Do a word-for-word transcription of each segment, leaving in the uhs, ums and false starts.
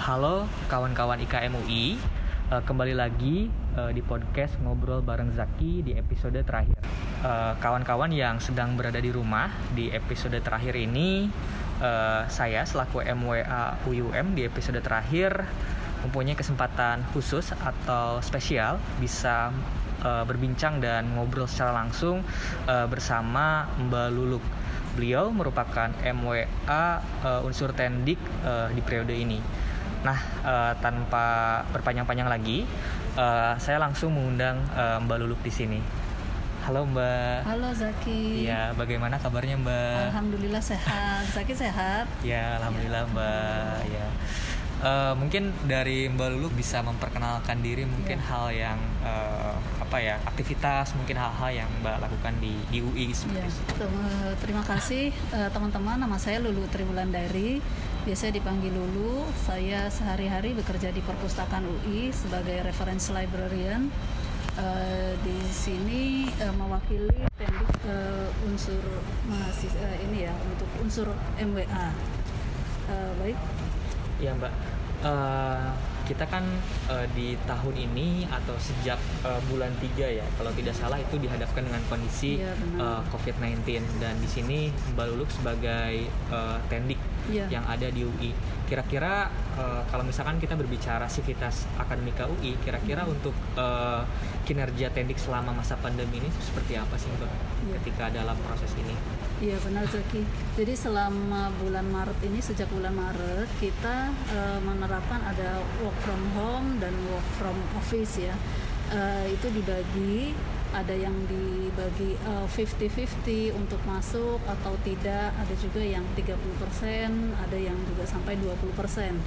Halo kawan-kawan I K M U I, uh, kembali lagi uh, di podcast Ngobrol Bareng Zaki di episode terakhir. uh, Kawan-kawan yang sedang berada di rumah, di episode terakhir ini uh, saya selaku M W A U U M di episode terakhir mempunyai kesempatan khusus atau spesial bisa uh, berbincang dan ngobrol secara langsung uh, bersama Mbak Luluk. Beliau merupakan M W A uh, unsur Tendik uh, di periode ini. Nah, uh, tanpa berpanjang-panjang lagi, uh, saya langsung mengundang uh, Mbak Luluk di sini. Halo Mbak. Halo Zaki. Ya, bagaimana kabarnya Mbak? Alhamdulillah sehat. Zaki sehat? Ya, alhamdulillah ya. Mbak. Ya. Uh, mungkin dari Mbak Luluk bisa memperkenalkan diri, mungkin ya. hal yang uh, apa ya, aktivitas, mungkin hal-hal yang Mbak lakukan di, di U I seperti ya. Terima kasih uh, teman-teman. Nama saya Lulu Triwulandari. Biasa dipanggil Lulu. Saya sehari-hari bekerja di Perpustakaan U I sebagai reference librarian. Uh, di sini uh, mewakili Tendik uh, unsur mahasiswa uh, ini ya, untuk unsur M W A. Uh, baik. Ya Mbak, uh, kita kan uh, di tahun ini atau sejak uh, bulan tiga ya, kalau tidak salah itu dihadapkan dengan kondisi ya, uh, covid sembilan belas, dan di sini Mbak Luluk sebagai uh, Tendik ya. yang ada di U I. Kira-kira uh, kalau misalkan kita berbicara sivitas akademika U I, kira-kira hmm. untuk uh, kinerja Tendik selama masa pandemi ini seperti apa sih Mbak ya. ketika dalam proses ini? Iya benar Zaki. Jadi selama bulan Maret ini, sejak bulan Maret kita uh, menerapkan ada work from home dan work from office ya. Uh, itu dibagi, ada yang dibagi uh, fifty fifty untuk masuk atau tidak, ada juga yang tiga puluh persen, ada yang juga sampai dua puluh persen.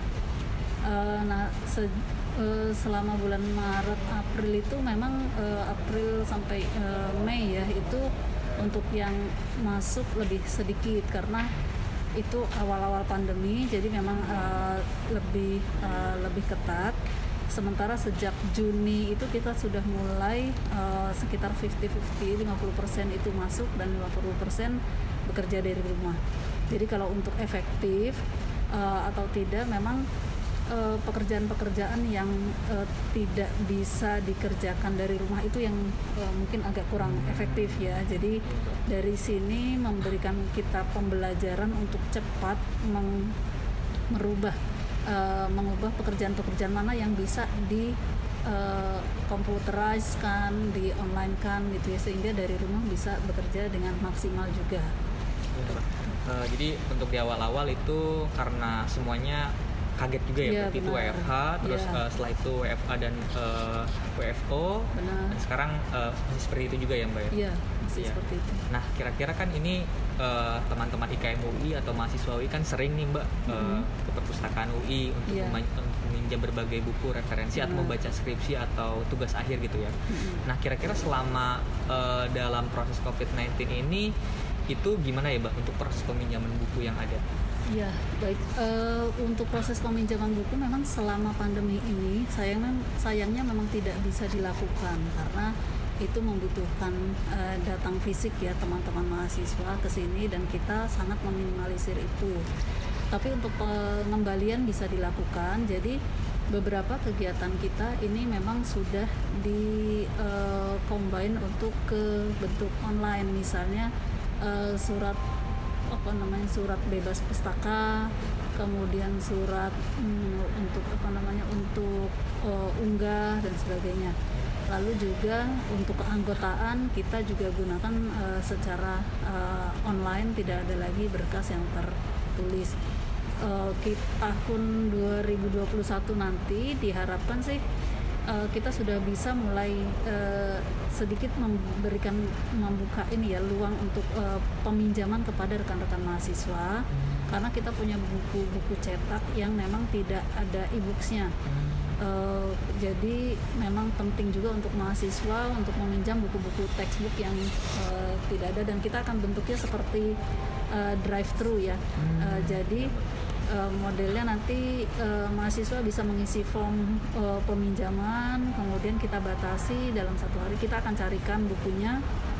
Uh, nah se- uh, selama bulan Maret April itu memang uh, April sampai uh, Mei ya, itu untuk yang masuk lebih sedikit karena itu awal-awal pandemi, jadi memang uh, lebih uh, lebih ketat. Sementara sejak Juni itu kita sudah mulai uh, sekitar fifty fifty, lima puluh persen itu masuk dan lima puluh persen bekerja dari rumah. Jadi kalau untuk efektif uh, atau tidak, memang uh, pekerjaan-pekerjaan yang uh, tidak bisa dikerjakan dari rumah itu yang uh, mungkin agak kurang efektif ya. Jadi dari sini memberikan kita pembelajaran untuk cepat meng- merubah Uh, mengubah pekerjaan-pekerjaan mana yang bisa di uh, computerize kan, di online kan gitu ya, sehingga dari rumah bisa bekerja dengan maksimal juga. Uh, jadi untuk di awal-awal itu karena semuanya kaget juga ya, seperti itu W F H, terus ya. uh, setelah itu W F A dan uh, W F O, benar. Dan sekarang uh, masih seperti itu juga ya Mbak ya? Iya, masih ya. seperti itu. Nah, kira-kira kan ini uh, teman-teman I K M U I atau mahasiswa U I kan sering nih Mbak mm-hmm. uh, ke perpustakaan U I untuk yeah. meminjam berbagai buku referensi benar. atau membaca skripsi atau tugas akhir gitu ya. Mm-hmm. Nah, kira-kira selama uh, dalam proses covid sembilan belas ini itu gimana ya Mbak untuk proses peminjaman buku yang ada? Ya, baik. Uh, untuk proses peminjaman buku memang selama pandemi ini sayangnya, sayangnya memang tidak bisa dilakukan karena itu membutuhkan uh, datang fisik ya teman-teman mahasiswa ke sini, dan kita sangat meminimalisir itu. Tapi untuk pengembalian bisa dilakukan. Jadi beberapa kegiatan kita ini memang sudah di uh, combine untuk ke bentuk online, misalnya uh, surat apa namanya surat bebas pustaka, kemudian surat hmm, untuk apa namanya untuk uh, unggah dan sebagainya. Lalu juga untuk keanggotaan kita juga gunakan uh, secara uh, online, tidak ada lagi berkas yang tertulis. Uh, kita, tahun dua ribu dua puluh satu nanti diharapkan sih Uh, kita sudah bisa mulai uh, sedikit memberikan membuka ini ya luang untuk uh, peminjaman kepada rekan-rekan mahasiswa, karena kita punya buku-buku cetak yang memang tidak ada e-booksnya. Uh, jadi memang penting juga untuk mahasiswa untuk meminjam buku-buku textbook yang uh, tidak ada, dan kita akan bentuknya seperti uh, drive-thru ya. Uh, jadi Uh, modelnya nanti uh, mahasiswa bisa mengisi form uh, peminjaman, kemudian kita batasi dalam satu hari kita akan carikan bukunya,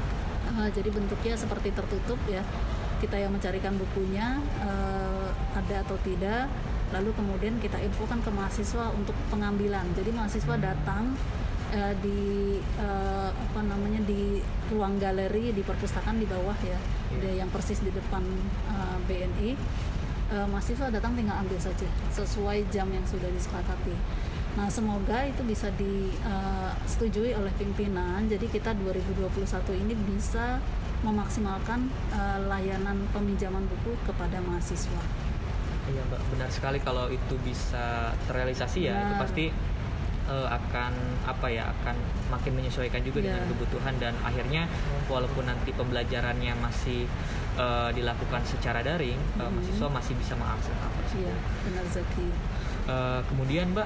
uh, jadi bentuknya seperti tertutup ya, kita yang mencarikan bukunya uh, ada atau tidak, lalu kemudian kita infokan ke mahasiswa untuk pengambilan. Jadi mahasiswa datang uh, di uh, apa namanya di ruang galeri di perpustakaan di bawah ya, yeah. yang persis di depan uh, B N I. Uh, mahasiswa datang tinggal ambil saja sesuai jam yang sudah disepakati. Nah, semoga itu bisa disetujui uh, oleh pimpinan. Jadi kita dua ribu dua puluh satu ini bisa memaksimalkan uh, layanan peminjaman buku kepada mahasiswa. Iya Mbak, benar sekali kalau itu bisa terrealisasi ya, benar. Itu pasti uh, akan apa ya, akan makin menyesuaikan juga ya. Dengan kebutuhan, dan akhirnya walaupun nanti pembelajarannya masih uh, dilakukan secara daring, mm-hmm. uh, mahasiswa masih bisa mengakses hal tersebut. Iya, benar Zaki. Uh, kemudian Mbak,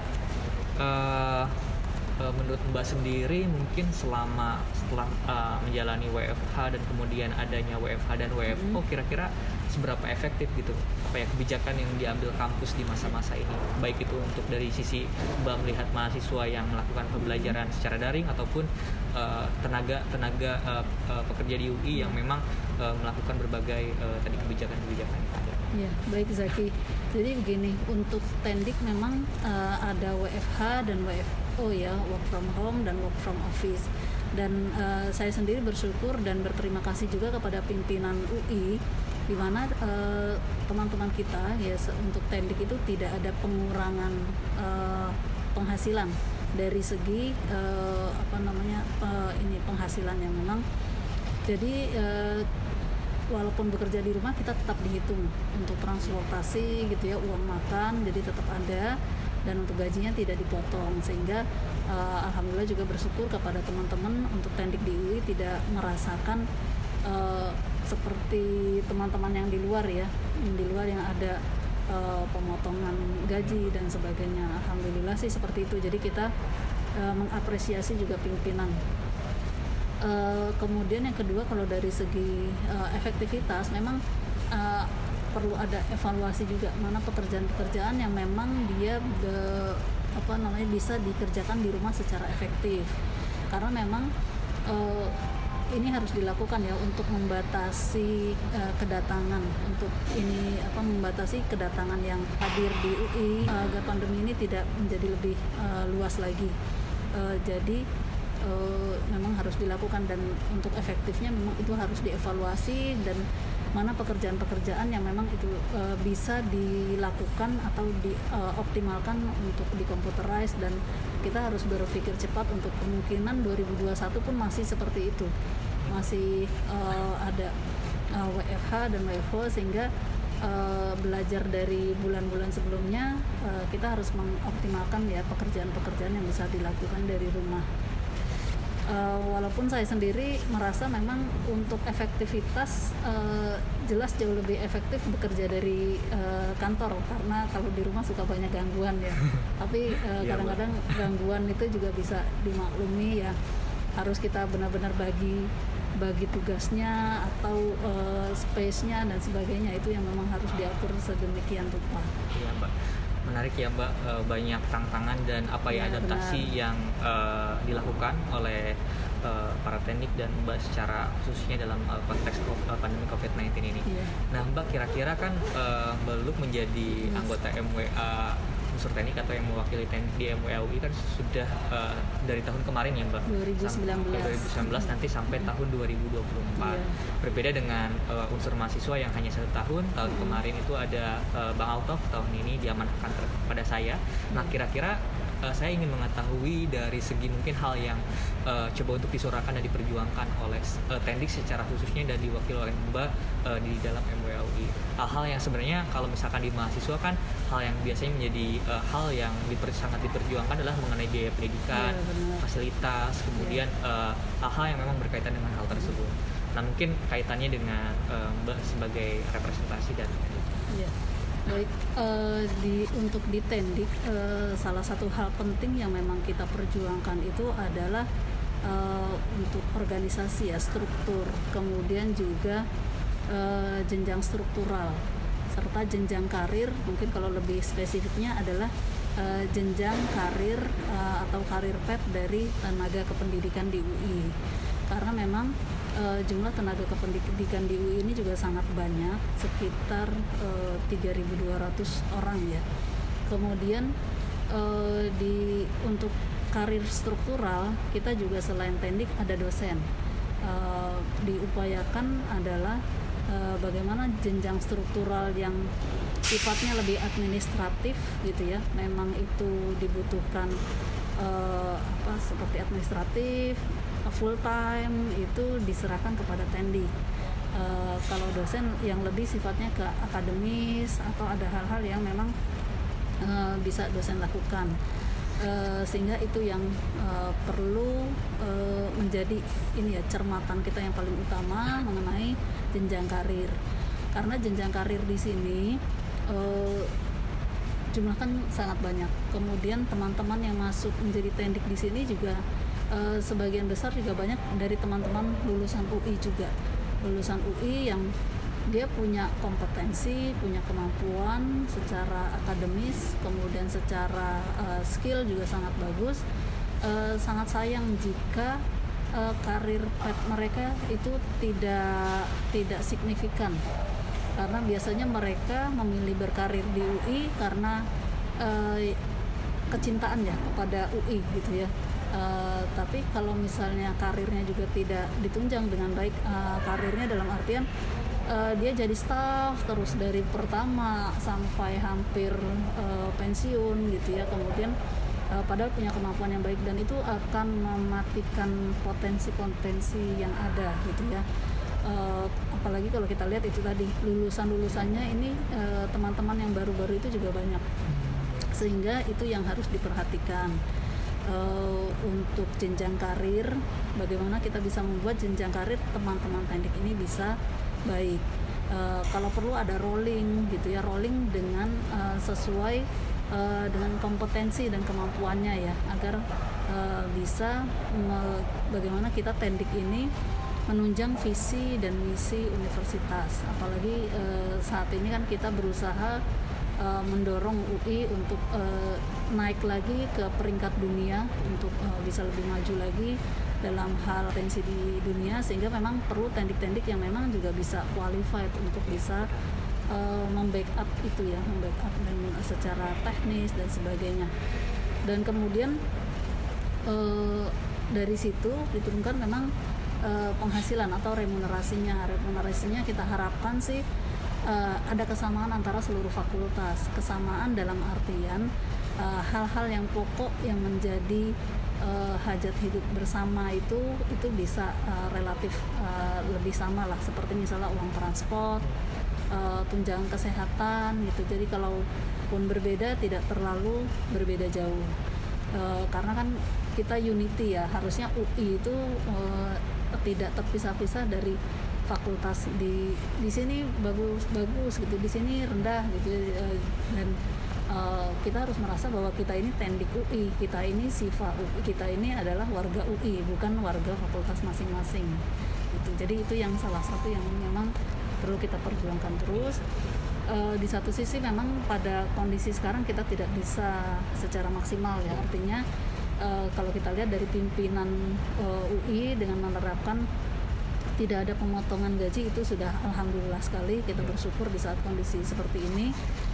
uh, uh, menurut Mbak sendiri mungkin selama setelah uh, menjalani W F H dan kemudian adanya W F H dan W F O, mm-hmm. kira-kira seberapa efektif gitu apa ya kebijakan yang diambil kampus di masa-masa ini, baik itu untuk dari sisi Mbak melihat mahasiswa yang melakukan pembelajaran secara daring ataupun uh, tenaga tenaga uh, uh, pekerja di U I yang memang uh, melakukan berbagai uh, tadi kebijakan-kebijakan itu. Ya, baik Zaki. Jadi begini, untuk Tendik memang uh, ada W F H dan W F O ya, work from home dan work from office. Dan uh, saya sendiri bersyukur dan berterima kasih juga kepada pimpinan U I, di mana uh, teman-teman kita ya untuk Tendik itu tidak ada pengurangan uh, penghasilan dari segi uh, apa namanya uh, ini penghasilan yang memang jadi uh, walaupun bekerja di rumah kita tetap dihitung untuk transportasi gitu ya, uang makan jadi tetap ada, dan untuk gajinya tidak dipotong, sehingga uh, alhamdulillah juga bersyukur kepada teman-teman untuk Tendik di U I tidak merasakan uh, seperti teman-teman yang di luar ya, yang di luar yang ada uh, pemotongan gaji dan sebagainya. Alhamdulillah sih seperti itu. Jadi kita uh, mengapresiasi juga pimpinan. Uh, kemudian yang kedua, kalau dari segi uh, efektivitas memang uh, perlu ada evaluasi juga, mana pekerjaan-pekerjaan yang memang dia be, apa namanya bisa dikerjakan di rumah secara efektif, karena memang uh, ini harus dilakukan ya untuk membatasi uh, kedatangan, untuk ini apa membatasi kedatangan yang hadir di U I uh, agar pandemi ini tidak menjadi lebih uh, luas lagi. Uh, jadi uh, memang harus dilakukan, dan untuk efektifnya memang itu harus dievaluasi, dan mana pekerjaan-pekerjaan yang memang itu uh, bisa dilakukan atau dioptimalkan uh, untuk dikomputerize, dan kita harus berpikir cepat untuk kemungkinan dua ribu dua puluh satu pun masih seperti itu, masih uh, ada uh, W F H dan W F O, sehingga uh, belajar dari bulan-bulan sebelumnya uh, kita harus mengoptimalkan ya pekerjaan-pekerjaan yang bisa dilakukan dari rumah. Uh, walaupun saya sendiri merasa memang untuk efektivitas uh, jelas jauh lebih efektif bekerja dari uh, kantor, karena kalau di rumah suka banyak gangguan ya. Tapi uh, ya, kadang-kadang gangguan itu juga bisa dimaklumi ya, harus kita benar-benar bagi bagi tugasnya atau uh, space-nya dan sebagainya, itu yang memang harus diatur sedemikian rupa. Iya Mbak, menarik ya Mbak, banyak tantangan dan apa ya, ya adaptasi benar. yang uh, dilakukan oleh uh, para Tendik dan Mbak secara khususnya dalam uh, konteks uh, pandemi covid sembilan belas ini. Ya. Nah Mbak, kira-kira kan uh, Mbak Luk menjadi yes. anggota M W A unsur Tendik atau yang mewakili Tendik di M W A U I kan sudah uh, dari tahun kemarin ya Mbak, dua ribu sembilan belas, dua ribu sembilan belas hmm. nanti sampai hmm. tahun dua ribu dua puluh empat. Yeah. Berbeda dengan uh, unsur mahasiswa yang hanya satu tahun. Tahun hmm. kemarin itu ada uh, Bang Altov, tahun ini diamanahkan kepada saya. Nah kira-kira uh, saya ingin mengetahui dari segi mungkin hal yang uh, coba untuk disuarakan dan diperjuangkan oleh uh, Tendik secara khususnya dan diwakili oleh Mbak uh, di dalam M W A U I. Hal-hal yang sebenarnya kalau misalkan di mahasiswa kan hal yang biasanya menjadi uh, hal yang diper, sangat diperjuangkan adalah mengenai biaya pendidikan, ya, fasilitas, kemudian ya. uh, hal-hal yang memang berkaitan dengan hal tersebut. Nah mungkin kaitannya dengan uh, Mbak sebagai representasi dan ya. Baik, uh, di untuk di Tendik uh, salah satu hal penting yang memang kita perjuangkan itu adalah uh, untuk organisasi ya, struktur, kemudian juga uh, jenjang struktural serta jenjang karir. Mungkin kalau lebih spesifiknya adalah uh, jenjang karir uh, atau karir path dari tenaga kependidikan di U I, karena memang uh, jumlah tenaga kependidikan di U I ini juga sangat banyak, sekitar uh, tiga ribu dua ratus orang ya. Kemudian uh, di untuk karir struktural kita juga selain tendik ada dosen. Uh, diupayakan adalah uh, bagaimana jenjang struktural yang sifatnya lebih administratif gitu ya. Memang itu dibutuhkan uh, apa seperti administratif full time itu diserahkan kepada tendik. Uh, kalau dosen yang lebih sifatnya ke akademis atau ada hal-hal yang memang uh, bisa dosen lakukan. Uh, sehingga itu yang uh, perlu uh, menjadi ini ya cermatan kita yang paling utama mengenai jenjang karir, karena jenjang karir di sini uh, jumlah kan sangat banyak. Kemudian teman-teman yang masuk menjadi tendik di sini juga uh, sebagian besar juga banyak dari teman-teman lulusan U I juga, lulusan U I yang dia punya kompetensi, punya kemampuan secara akademis, kemudian secara uh, skill juga sangat bagus. Uh, sangat sayang jika uh, karir path mereka itu tidak tidak signifikan, karena biasanya mereka memilih berkarir di U I karena uh, kecintaan ya kepada U I gitu ya. Uh, tapi kalau misalnya karirnya juga tidak ditunjang dengan baik, uh, karirnya dalam artian Uh, dia jadi staff terus dari pertama sampai hampir uh, pensiun gitu ya, kemudian uh, padahal punya kemampuan yang baik, dan itu akan mematikan potensi-potensi yang ada gitu ya. Uh, apalagi kalau kita lihat itu tadi lulusan-lulusannya ini uh, teman-teman yang baru-baru itu juga banyak, sehingga itu yang harus diperhatikan. Uh, untuk jenjang karir, bagaimana kita bisa membuat jenjang karir teman-teman tendik ini bisa baik. Uh, kalau perlu ada rolling gitu ya, rolling dengan uh, sesuai uh, dengan kompetensi dan kemampuannya ya, agar uh, bisa me- bagaimana kita tendik ini menunjang visi dan misi universitas. Apalagi uh, saat ini kan kita berusaha uh, mendorong U I untuk uh, naik lagi ke peringkat dunia, untuk uh, bisa lebih maju lagi dalam hal tensi di dunia, sehingga memang perlu tendik-tendik yang memang juga bisa qualified untuk bisa uh, membackup itu ya, membackup dan secara teknis dan sebagainya. Dan kemudian uh, dari situ diturunkan memang uh, penghasilan atau remunerasinya. Remunerasinya kita harapkan sih uh, ada kesamaan antara seluruh fakultas. Kesamaan dalam artian uh, hal-hal yang pokok yang menjadi Uh, hajat hidup bersama itu itu bisa uh, relatif uh, lebih sama lah, seperti misalnya uang transport, uh, tunjangan kesehatan gitu. Jadi kalaupun berbeda tidak terlalu berbeda jauh, uh, karena kan kita unity ya, harusnya U I itu uh, tidak terpisah-pisah dari fakultas. Di di sini bagus bagus gitu, di sini rendah gitu, uh, dan Uh, kita harus merasa bahwa kita ini tendik U I, kita ini sifat U I, kita ini adalah warga U I, bukan warga fakultas masing-masing gitu. Jadi itu yang salah satu yang memang perlu kita perjuangkan terus. Uh, di satu sisi memang pada kondisi sekarang kita tidak bisa secara maksimal ya, artinya uh, kalau kita lihat dari pimpinan uh, U I dengan menerapkan tidak ada pemotongan gaji, itu sudah alhamdulillah sekali. Kita bersyukur di saat kondisi seperti ini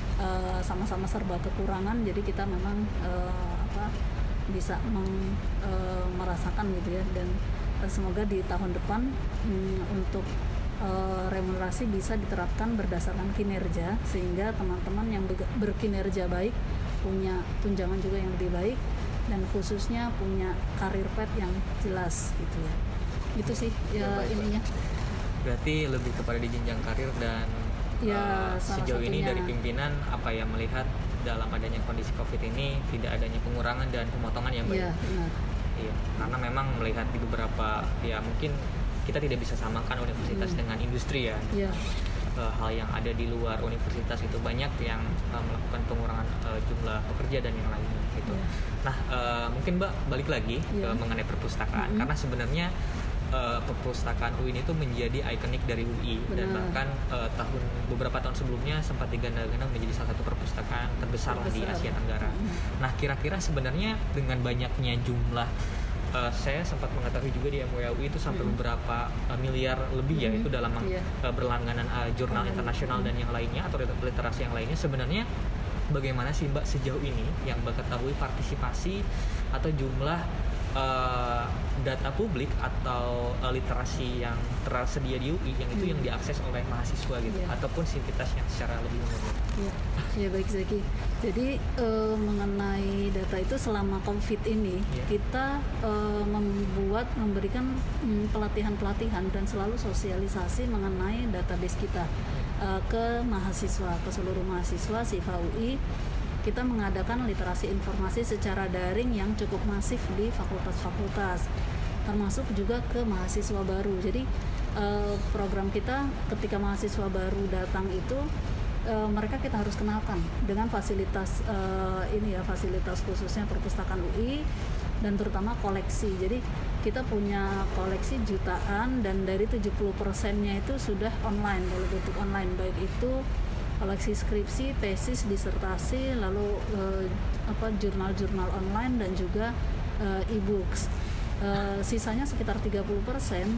uh, sama-sama serba kekurangan, jadi kita memang uh, apa bisa meng, uh, merasakan gitu ya, dan uh, semoga di tahun depan um, untuk uh, remunerasi bisa diterapkan berdasarkan kinerja, sehingga teman-teman yang berkinerja baik punya tunjangan juga yang lebih baik, dan khususnya punya karir path yang jelas gitu ya. Itu sih ya, ya ininya. Berarti lebih kepada di jenjang karir, dan ya, uh, sejauh ini dari pimpinan apa yang melihat dalam adanya kondisi Covid ini tidak adanya pengurangan dan pemotongan yang baik. Iya, benar. Iya, karena memang melihat di beberapa ya mungkin kita tidak bisa samakan universitas hmm. dengan industri ya. Iya. Uh, hal yang ada di luar universitas itu banyak yang uh, melakukan pengurangan uh, jumlah pekerja dan yang lainnya gitu. Yeah. Nah, uh, mungkin Mbak balik lagi yeah. ke mengenai perpustakaan, mm-hmm. karena sebenarnya uh, perpustakaan U I N itu menjadi ikonik dari U I. Benar. Dan bahkan uh, tahun beberapa tahun sebelumnya sempat digandang-gandang menjadi salah satu perpustakaan terbesar, terbesar. di Asia Tenggara. Mm-hmm. Nah, kira-kira sebenarnya dengan banyaknya jumlah Uh, saya sempat mengetahui juga di M W A U I itu sampai mm. beberapa uh, miliar lebih ya, mm. itu dalam yeah. uh, berlangganan uh, jurnal mm. internasional mm. dan yang lainnya atau literasi yang lainnya. Sebenarnya bagaimana sih Mbak sejauh ini yang Mbak ketahui partisipasi atau jumlah uh, data publik atau uh, literasi yang tersedia di U I yang itu hmm. yang diakses oleh mahasiswa gitu, yeah. ataupun sivitas yang secara lebih umum. Ya, ya baik Zaki. Jadi uh, mengenai data itu selama COVID ini yeah. kita uh, membuat memberikan um, pelatihan-pelatihan dan selalu sosialisasi mengenai database kita uh, ke mahasiswa, ke seluruh mahasiswa Sifa U I. Kita mengadakan literasi informasi secara daring yang cukup masif di fakultas-fakultas, termasuk juga ke mahasiswa baru. Jadi eh, program kita ketika mahasiswa baru datang itu eh, mereka kita harus kenalkan dengan fasilitas eh, ini ya, fasilitas khususnya perpustakaan U I dan terutama koleksi. Jadi kita punya koleksi jutaan dan dari tujuh puluh persennya itu sudah online, dalam bentuk online, baik itu koleksi skripsi, tesis, disertasi, lalu eh, apa jurnal-jurnal online dan juga eh, e-books. Eh, sisanya sekitar tiga puluh persen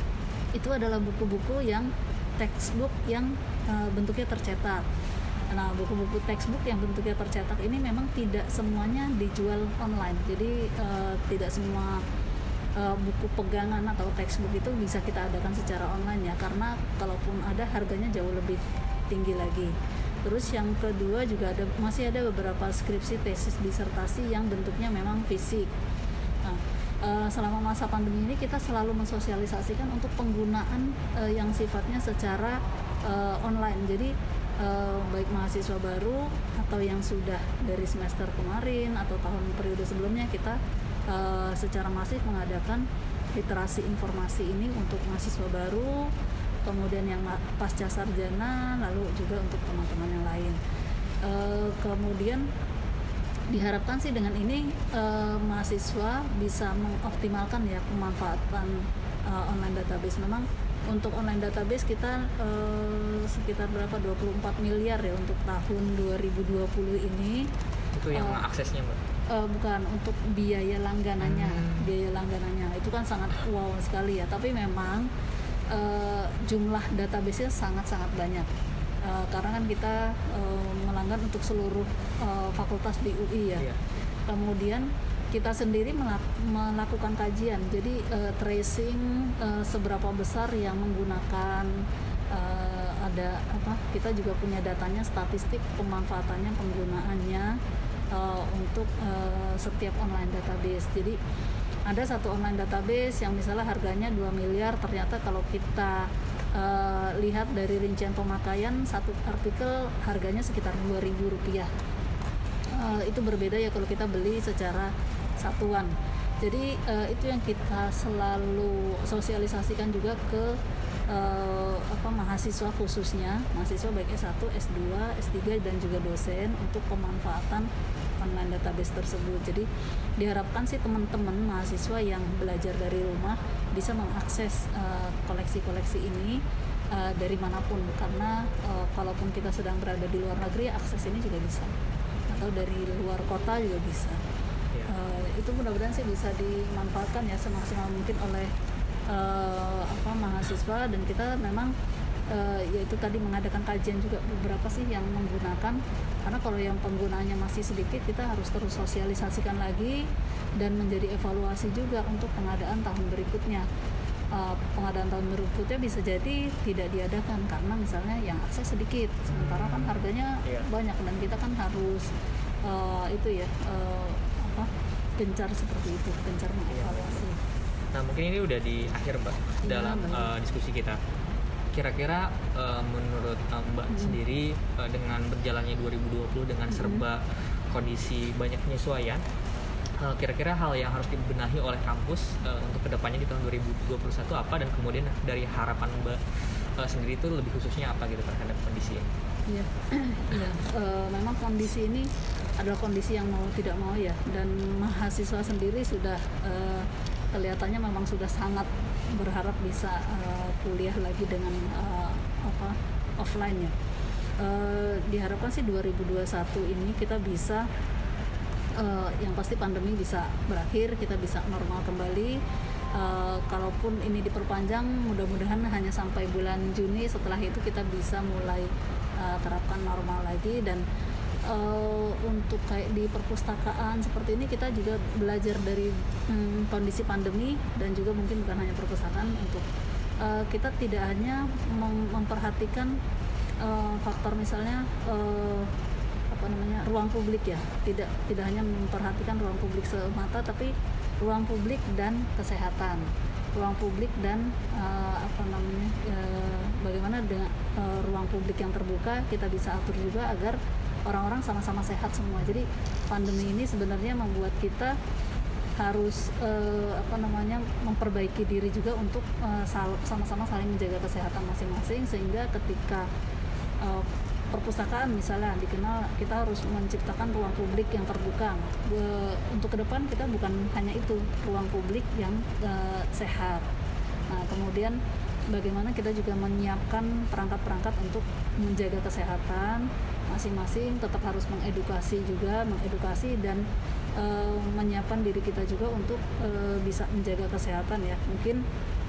itu adalah buku-buku yang textbook yang eh, bentuknya tercetak. Nah, buku-buku textbook yang bentuknya tercetak ini memang tidak semuanya dijual online. Jadi eh, tidak semua eh, buku pegangan atau textbook itu bisa kita adakan secara online ya, karena kalaupun ada harganya jauh lebih tinggi lagi. Terus yang kedua juga ada masih ada beberapa skripsi, tesis, disertasi yang bentuknya memang fisik. Nah, uh, selama masa pandemi ini kita selalu mensosialisasikan untuk penggunaan uh, yang sifatnya secara uh, online. Jadi uh, baik mahasiswa baru atau yang sudah dari semester kemarin atau tahun periode sebelumnya, kita uh, secara masif mengadakan literasi informasi ini untuk mahasiswa baru, kemudian yang pasca sarjana, lalu juga untuk teman-teman yang lain. E, kemudian diharapkan sih dengan ini e, mahasiswa bisa mengoptimalkan ya pemanfaatan e, online database. Memang untuk online database kita e, sekitar berapa dua puluh empat miliar ya untuk tahun dua ribu dua puluh ini. Itu yang e, aksesnya Mbak? E, bukan, untuk biaya langganannya. Hmm. Biaya langganannya itu kan sangat wow sekali ya, tapi memang Uh, jumlah database-nya sangat-sangat banyak uh, karena kan kita uh, melanggan untuk seluruh uh, fakultas di U I ya. Yeah. Kemudian kita sendiri melak- melakukan kajian, jadi uh, tracing uh, seberapa besar yang menggunakan uh, ada apa? Kita juga punya datanya, statistik pemanfaatannya, penggunaannya uh, untuk uh, setiap online database. Jadi ada satu online database yang misalnya harganya dua miliar, ternyata kalau kita uh, lihat dari rincian pemakaian satu artikel harganya sekitar dua ribu rupiah. Uh, itu berbeda ya kalau kita beli secara satuan. Jadi uh, itu yang kita selalu sosialisasikan juga ke uh, apa mahasiswa khususnya, mahasiswa baik S satu, S dua, S tiga dan juga dosen untuk pemanfaatan online database tersebut. Jadi diharapkan sih teman-teman mahasiswa yang belajar dari rumah bisa mengakses uh, koleksi-koleksi ini uh, dari manapun, karena uh, kalaupun kita sedang berada di luar negeri, akses ini juga bisa, atau dari luar kota juga bisa. Uh, itu mudah-mudahan sih bisa dimanfaatkan ya semaksimal mungkin oleh uh, apa mahasiswa, dan kita memang uh, yaitu tadi mengadakan kajian juga beberapa sih yang menggunakan, karena kalau yang penggunaannya masih sedikit kita harus terus sosialisasikan lagi dan menjadi evaluasi juga untuk pengadaan tahun berikutnya. Uh, pengadaan tahun berikutnya bisa jadi tidak diadakan karena misalnya yang akses sedikit, sementara kan harganya yeah. banyak, dan kita kan harus uh, itu ya uh, apa gencar seperti itu, gencar mengevaluasi. Nah mungkin ini udah di akhir Mbak ya, dalam uh, diskusi kita. Kira-kira uh, menurut uh, Mbak hmm. sendiri uh, dengan berjalannya dua ribu dua puluh dengan serba hmm. kondisi banyak penyesuaian, uh, kira-kira hal yang harus dibenahi oleh kampus uh, untuk kedepannya di tahun dua ribu dua puluh satu apa, dan kemudian dari harapan Mbak uh, sendiri itu lebih khususnya apa gitu terhadap kondisi ini? Iya, ya, uh, memang kondisi ini adalah kondisi yang mau tidak mau ya, dan mahasiswa sendiri sudah uh, kelihatannya memang sudah sangat berharap bisa uh, kuliah lagi dengan uh, apa offline ya. Uh, diharapkan sih dua ribu dua puluh satu ini kita bisa uh, yang pasti pandemi bisa berakhir, kita bisa normal kembali. Uh, kalaupun ini diperpanjang, mudah-mudahan hanya sampai bulan Juni. Setelah itu kita bisa mulai uh, terapkan normal lagi, dan uh, untuk kayak di perpustakaan seperti ini kita juga belajar dari um, kondisi pandemi, dan juga mungkin bukan hanya perpustakaan, untuk uh, kita tidak hanya mem- memperhatikan uh, faktor misalnya uh, apa namanya ruang publik ya, tidak tidak hanya memperhatikan ruang publik semata, tapi ruang publik dan kesehatan, ruang publik dan uh, apa namanya uh, bagaimana dengan uh, ruang publik yang terbuka kita bisa atur juga agar orang-orang sama-sama sehat semua. Jadi pandemi ini sebenarnya membuat kita harus uh, apa namanya memperbaiki diri juga untuk uh, sal- sama-sama saling menjaga kesehatan masing-masing, sehingga ketika uh, perpustakaan misalnya dikenal, kita harus menciptakan ruang publik yang terbuka. Be- untuk ke depan kita bukan hanya itu, ruang publik yang uh, sehat. Nah, kemudian bagaimana kita juga menyiapkan perangkat-perangkat untuk menjaga kesehatan masing-masing, tetap harus mengedukasi juga, mengedukasi dan uh, menyiapkan diri kita juga untuk uh, bisa menjaga kesehatan ya. Mungkin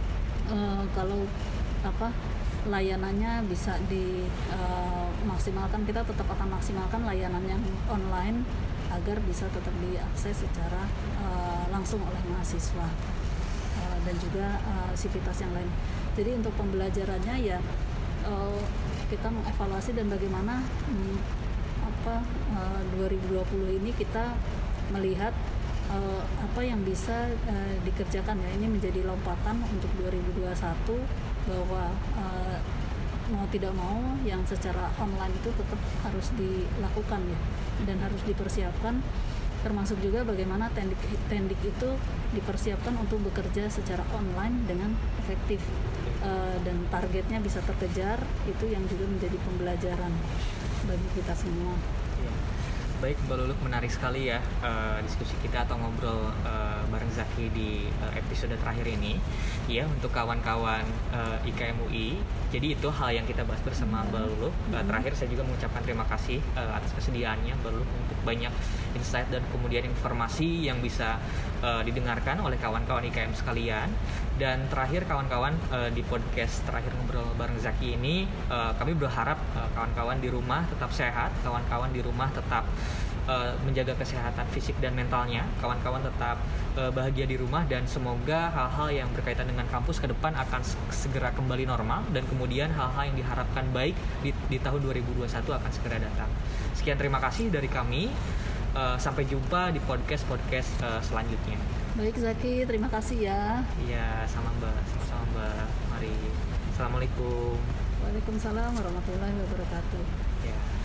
uh, kalau apa layanannya bisa dimaksimalkan, uh, kita tetap akan maksimalkan layanan yang online agar bisa tetap diakses secara uh, langsung oleh mahasiswa uh, dan juga uh, sivitas yang lain. Jadi untuk pembelajarannya ya uh, kita mengevaluasi dan bagaimana hmm, apa uh, dua ribu dua puluh ini kita melihat uh, apa yang bisa uh, dikerjakan ya. Ini menjadi lompatan untuk dua ribu dua puluh satu, bahwa uh, mau tidak mau yang secara online itu tetap harus dilakukan ya, dan harus dipersiapkan, termasuk juga bagaimana tendik tendik itu dipersiapkan untuk bekerja secara online dengan efektif uh, dan targetnya bisa terkejar. Itu yang juga menjadi pembelajaran bagi kita semua. Baik Mbak Luluk, menarik sekali ya uh, diskusi kita atau ngobrol uh, bareng Zaki di uh, episode terakhir ini ya, untuk kawan-kawan uh, I K M U I. Jadi itu hal yang kita bahas bersama Mbak Luluk. Uh, terakhir saya juga mengucapkan terima kasih uh, atas kesediaannya Mbak Luluk untuk banyak insight dan kemudian informasi yang bisa uh, didengarkan oleh kawan-kawan I K M sekalian. Dan terakhir kawan-kawan, uh, di podcast terakhir ngobrol bareng Zaki ini uh, kami berharap uh, kawan-kawan di rumah tetap sehat, kawan-kawan di rumah tetap uh, menjaga kesehatan fisik dan mentalnya, kawan-kawan tetap uh, bahagia di rumah, dan semoga hal-hal yang berkaitan dengan kampus ke depan akan segera kembali normal, dan kemudian hal-hal yang diharapkan baik di, di tahun dua ribu dua puluh satu akan segera datang. Sekian, terima kasih dari kami. Uh, sampai jumpa di podcast-podcast uh, selanjutnya. Baik Zaki, terima kasih ya. Iya, sama Mbak. Sama Mbak. Mari. Assalamualaikum. Waalaikumsalam warahmatullahi wabarakatuh. Ya.